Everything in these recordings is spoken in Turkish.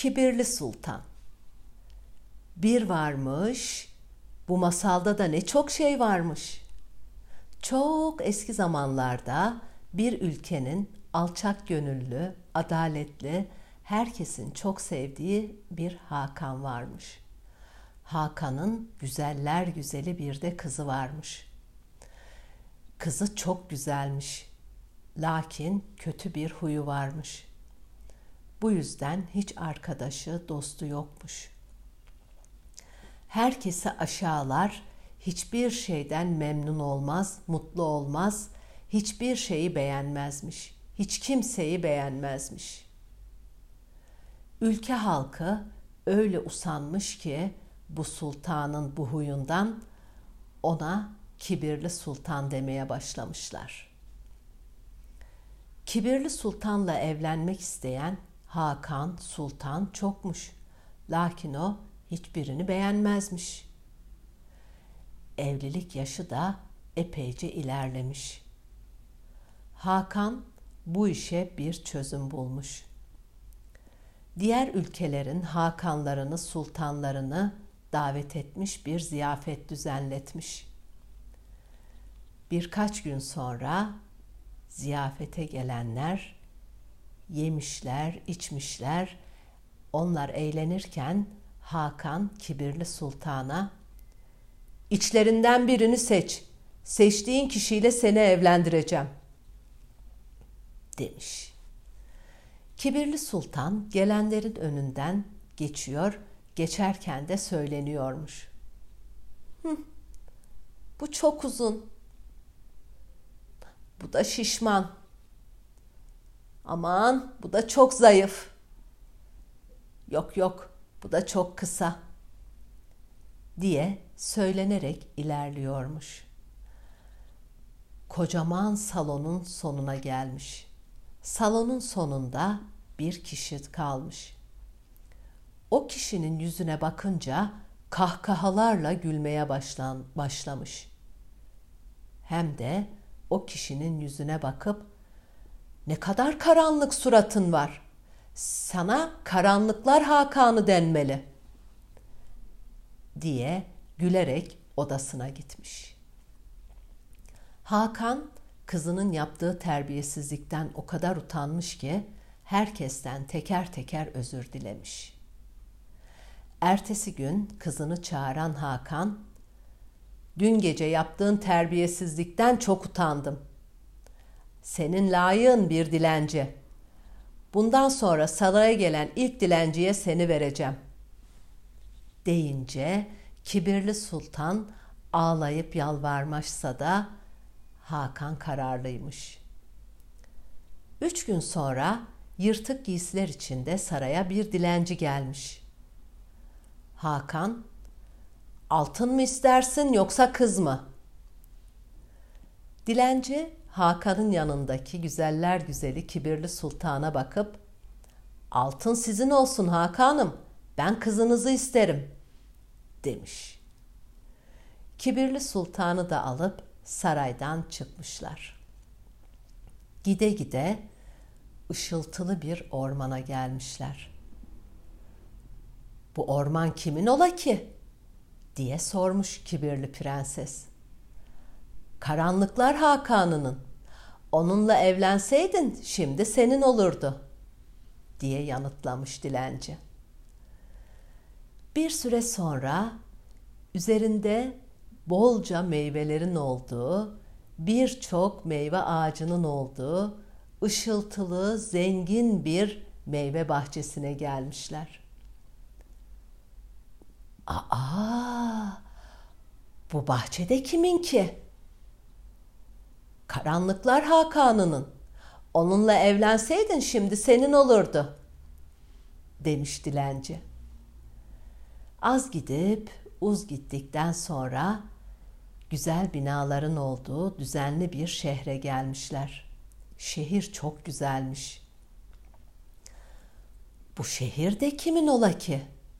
Kibirli Sultan. Bir varmış, bu masalda da ne çok şey varmış. Çok eski zamanlarda bir ülkenin alçak gönüllü, adaletli, herkesin çok sevdiği bir Hakan varmış. Hakan'ın güzeller güzeli bir de kızı varmış. Kızı çok güzelmiş, lakin kötü bir huyu varmış. Bu yüzden hiç arkadaşı, dostu yokmuş. Herkesi aşağılar, hiçbir şeyden memnun olmaz, mutlu olmaz, hiçbir şeyi beğenmezmiş, hiç kimseyi beğenmezmiş. Ülke halkı öyle usanmış ki bu sultanın bu huyundan ona Kibirli Sultan demeye başlamışlar. Kibirli Sultan'la evlenmek isteyen Hakan Sultan çokmuş. Lakin o hiçbirini beğenmezmiş. Evlilik yaşı da epeyce ilerlemiş. Hakan bu işe bir çözüm bulmuş. Diğer ülkelerin hakanlarını, sultanlarını davet etmiş, bir ziyafet düzenletmiş. Birkaç gün sonra ziyafete gelenler yemişler, içmişler. Onlar eğlenirken Hakan Kibirli Sultan'a "İçlerinden birini seç. Seçtiğin kişiyle seni evlendireceğim," demiş. Kibirli Sultan gelenlerin önünden geçiyor, geçerken de söyleniyormuş. Bu çok uzun. Bu da şişman. Aman, bu da çok zayıf. Yok, bu da çok kısa, diye söylenerek ilerliyormuş. Kocaman salonun sonuna gelmiş. Salonun sonunda bir kişi kalmış. O kişinin yüzüne bakınca kahkahalarla gülmeye başlamış. Hem de o kişinin yüzüne bakıp "Ne kadar karanlık suratın var. Sana karanlıklar Hakanı denmeli," diye gülerek odasına gitmiş. Hakan kızının yaptığı terbiyesizlikten o kadar utanmış ki herkesten teker teker özür dilemiş. Ertesi gün kızını çağıran Hakan, "Dün gece yaptığın terbiyesizlikten çok utandım. Senin layığın bir dilenci. Bundan sonra saraya gelen ilk dilenciye seni vereceğim," deyince Kibirli Sultan ağlayıp yalvarmışsa da Hakan kararlıymış. 3 gün sonra yırtık giysiler içinde saraya bir dilenci gelmiş. Hakan, "Altın mı istersin yoksa kız mı?" Dilenci Hakan'ın yanındaki güzeller güzeli Kibirli Sultan'a bakıp "Altın sizin olsun Hakan'ım, ben kızınızı isterim," demiş. Kibirli Sultan'ı da alıp saraydan çıkmışlar. Gide gide ışıltılı bir ormana gelmişler. "Bu orman kimin ola ki?" diye sormuş kibirli prenses. "Karanlıklar Hakan'ının. Onunla evlenseydin şimdi senin olurdu," diye yanıtlamış dilenci. Bir süre sonra üzerinde bolca meyvelerin olduğu, birçok meyve ağacının olduğu ışıltılı, zengin bir meyve bahçesine gelmişler. "Aa, bu bahçede kimin ki?" "Karanlıklar Hakan'ının. Onunla evlenseydin şimdi senin olurdu," demiş dilenci. Az gidip uz gittikten sonra güzel binaların olduğu düzenli bir şehre gelmişler. Şehir çok güzelmiş. "Bu şehir de kimin ola ki?"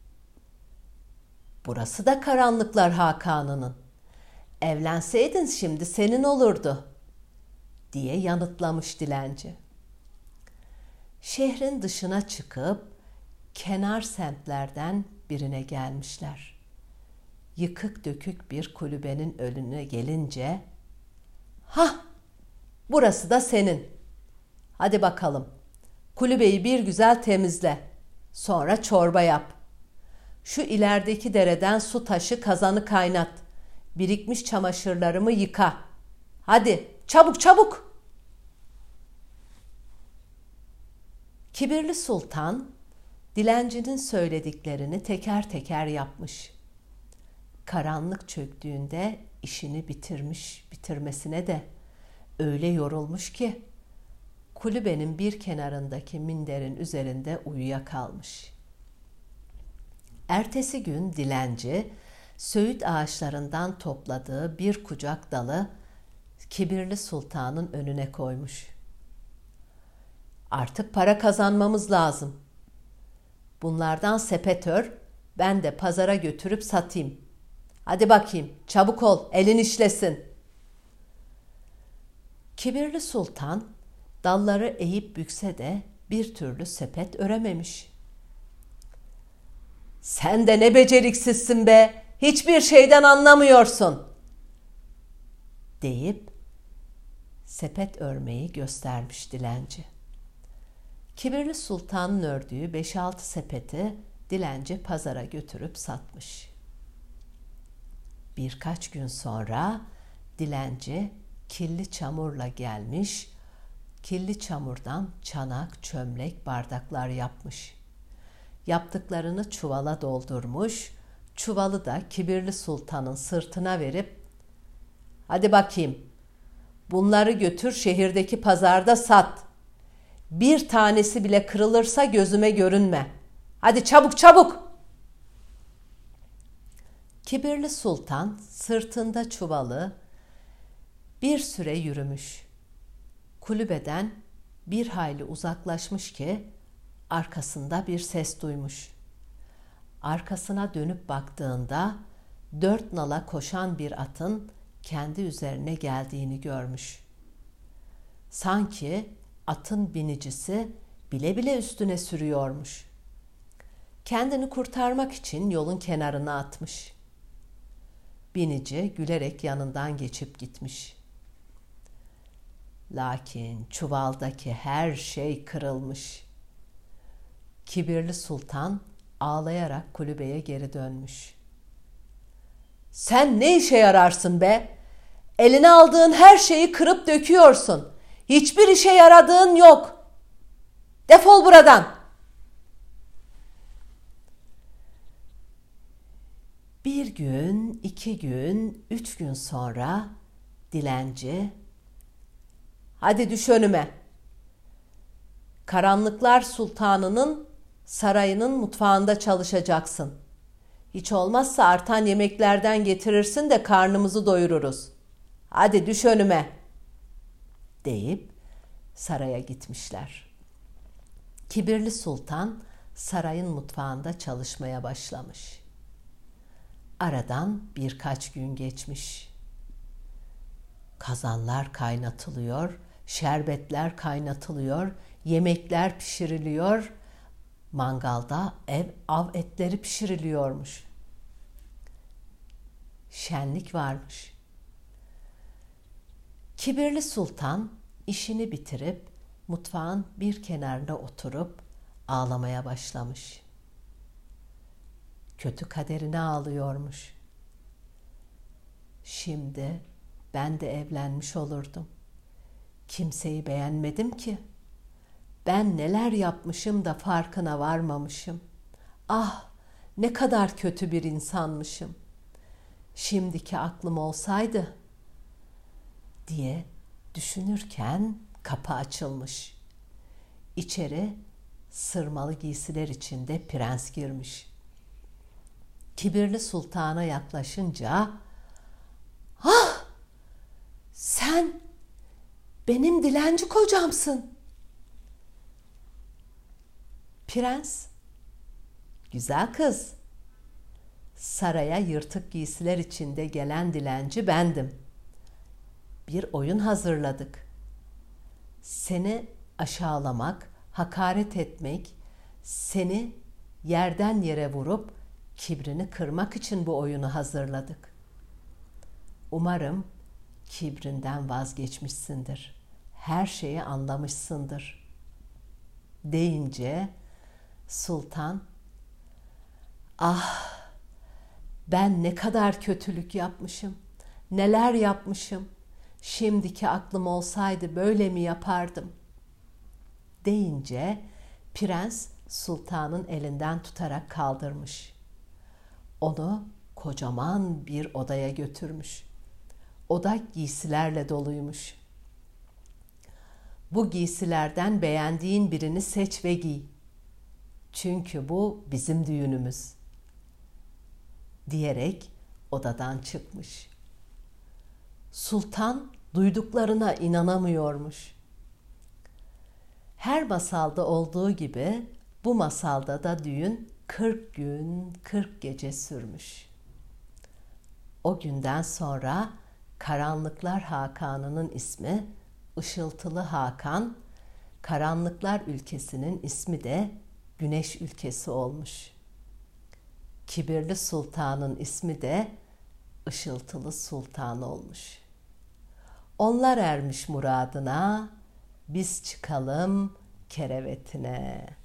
"Burası da Karanlıklar Hakan'ının. Evlenseydin şimdi senin olurdu," diye yanıtlamış dilenci. Şehrin dışına çıkıp kenar semtlerden birine gelmişler. Yıkık dökük bir kulübenin önüne gelince, "Hah, burası da senin. Hadi bakalım, kulübeyi bir güzel temizle. Sonra çorba yap. Şu ilerideki dereden su taşı, kazanı kaynat. Birikmiş çamaşırlarımı yıka. Hadi çabuk çabuk." Kibirli sultan dilencinin söylediklerini teker teker yapmış. Karanlık çöktüğünde işini bitirmesine de öyle yorulmuş ki kulübenin bir kenarındaki minderin üzerinde uyuyakalmış. Ertesi gün dilenci söğüt ağaçlarından topladığı bir kucak dalı kibirli sultanın önüne koymuş. "Artık para kazanmamız lazım. Bunlardan sepet ör, ben de pazara götürüp satayım. Hadi bakayım, çabuk ol, elin işlesin." Kibirli sultan dalları eğip bükse de bir türlü sepet örememiş. "Sen de ne beceriksizsin be, hiçbir şeyden anlamıyorsun," deyip sepet örmeyi göstermiş dilenci. Kibirli sultanın ördüğü 5-6 sepeti dilenci pazara götürüp satmış. Birkaç gün sonra dilenci kirli çamurla gelmiş, kirli çamurdan çanak, çömlek, bardaklar yapmış. Yaptıklarını çuvala doldurmuş, çuvalı da kibirli sultanın sırtına verip, "Hadi bakayım, bunları götür şehirdeki pazarda sat. Bir tanesi bile kırılırsa gözüme görünme. Hadi çabuk çabuk." Kibirli sultan sırtında çuvalı bir süre yürümüş. Kulübeden bir hayli uzaklaşmış ki arkasında bir ses duymuş. Arkasına dönüp baktığında 4 nala koşan bir atın kendi üzerine geldiğini görmüş. Sanki atın binicisi bile bile üstüne sürüyormuş. Kendini kurtarmak için yolun kenarına atmış. Binici gülerek yanından geçip gitmiş. Lakin çuvaldaki her şey kırılmış. Kibirli sultan ağlayarak kulübeye geri dönmüş. "Sen ne işe yararsın be? Eline aldığın her şeyi kırıp döküyorsun. Hiçbir işe yaradığın yok. Defol buradan." Bir gün, 2 gün, 3 gün sonra dilenci, "Hadi düş önüme. Karanlıklar Sultanı'nın sarayının mutfağında çalışacaksın. Hiç olmazsa artan yemeklerden getirirsin de karnımızı doyururuz. Hadi düş önüme," deyip saraya gitmişler. Kibirli sultan sarayın mutfağında çalışmaya başlamış. Aradan birkaç gün geçmiş. Kazanlar kaynatılıyor, şerbetler kaynatılıyor, yemekler pişiriliyor, mangalda av etleri pişiriliyormuş. Şenlik varmış. Kibirli sultan işini bitirip mutfağın bir kenarına oturup ağlamaya başlamış. Kötü kaderine ağlıyormuş. "Şimdi ben de evlenmiş olurdum. Kimseyi beğenmedim ki. Ben neler yapmışım da farkına varmamışım. Ah, ne kadar kötü bir insanmışım. Şimdiki aklım olsaydı," diye düşünürken kapı açılmış. İçeri sırmalı giysiler içinde prens girmiş. Kibirli sultana yaklaşınca, "Ah, sen benim dilenci kocamsın." Prens, "Güzel kız, saraya yırtık giysiler içinde gelen dilenci bendim. Bir oyun hazırladık. Seni aşağılamak, hakaret etmek, seni yerden yere vurup kibrini kırmak için bu oyunu hazırladık. Umarım kibrinden vazgeçmişsindir. Her şeyi anlamışsındır." deyince sultan, "Ah, ben ne kadar kötülük yapmışım, neler yapmışım, şimdiki aklım olsaydı böyle mi yapardım?" deyince prens sultanın elinden tutarak kaldırmış. Onu kocaman bir odaya götürmüş. Oda giysilerle doluymuş. "Bu giysilerden beğendiğin birini seç ve giy. Çünkü bu bizim düğünümüz." diyerek odadan çıkmış. Sultan duyduklarına inanamıyormuş. Her masalda olduğu gibi bu masalda da düğün 40 gün 40 gece sürmüş. O günden sonra Karanlıklar Hakanı'nın ismi Işıltılı Hakan, Karanlıklar ülkesinin ismi de Güneş ülkesi olmuş. Kibirli Sultan'ın ismi de Işıltılı Sultan olmuş. Onlar ermiş muradına, biz çıkalım kerevetine.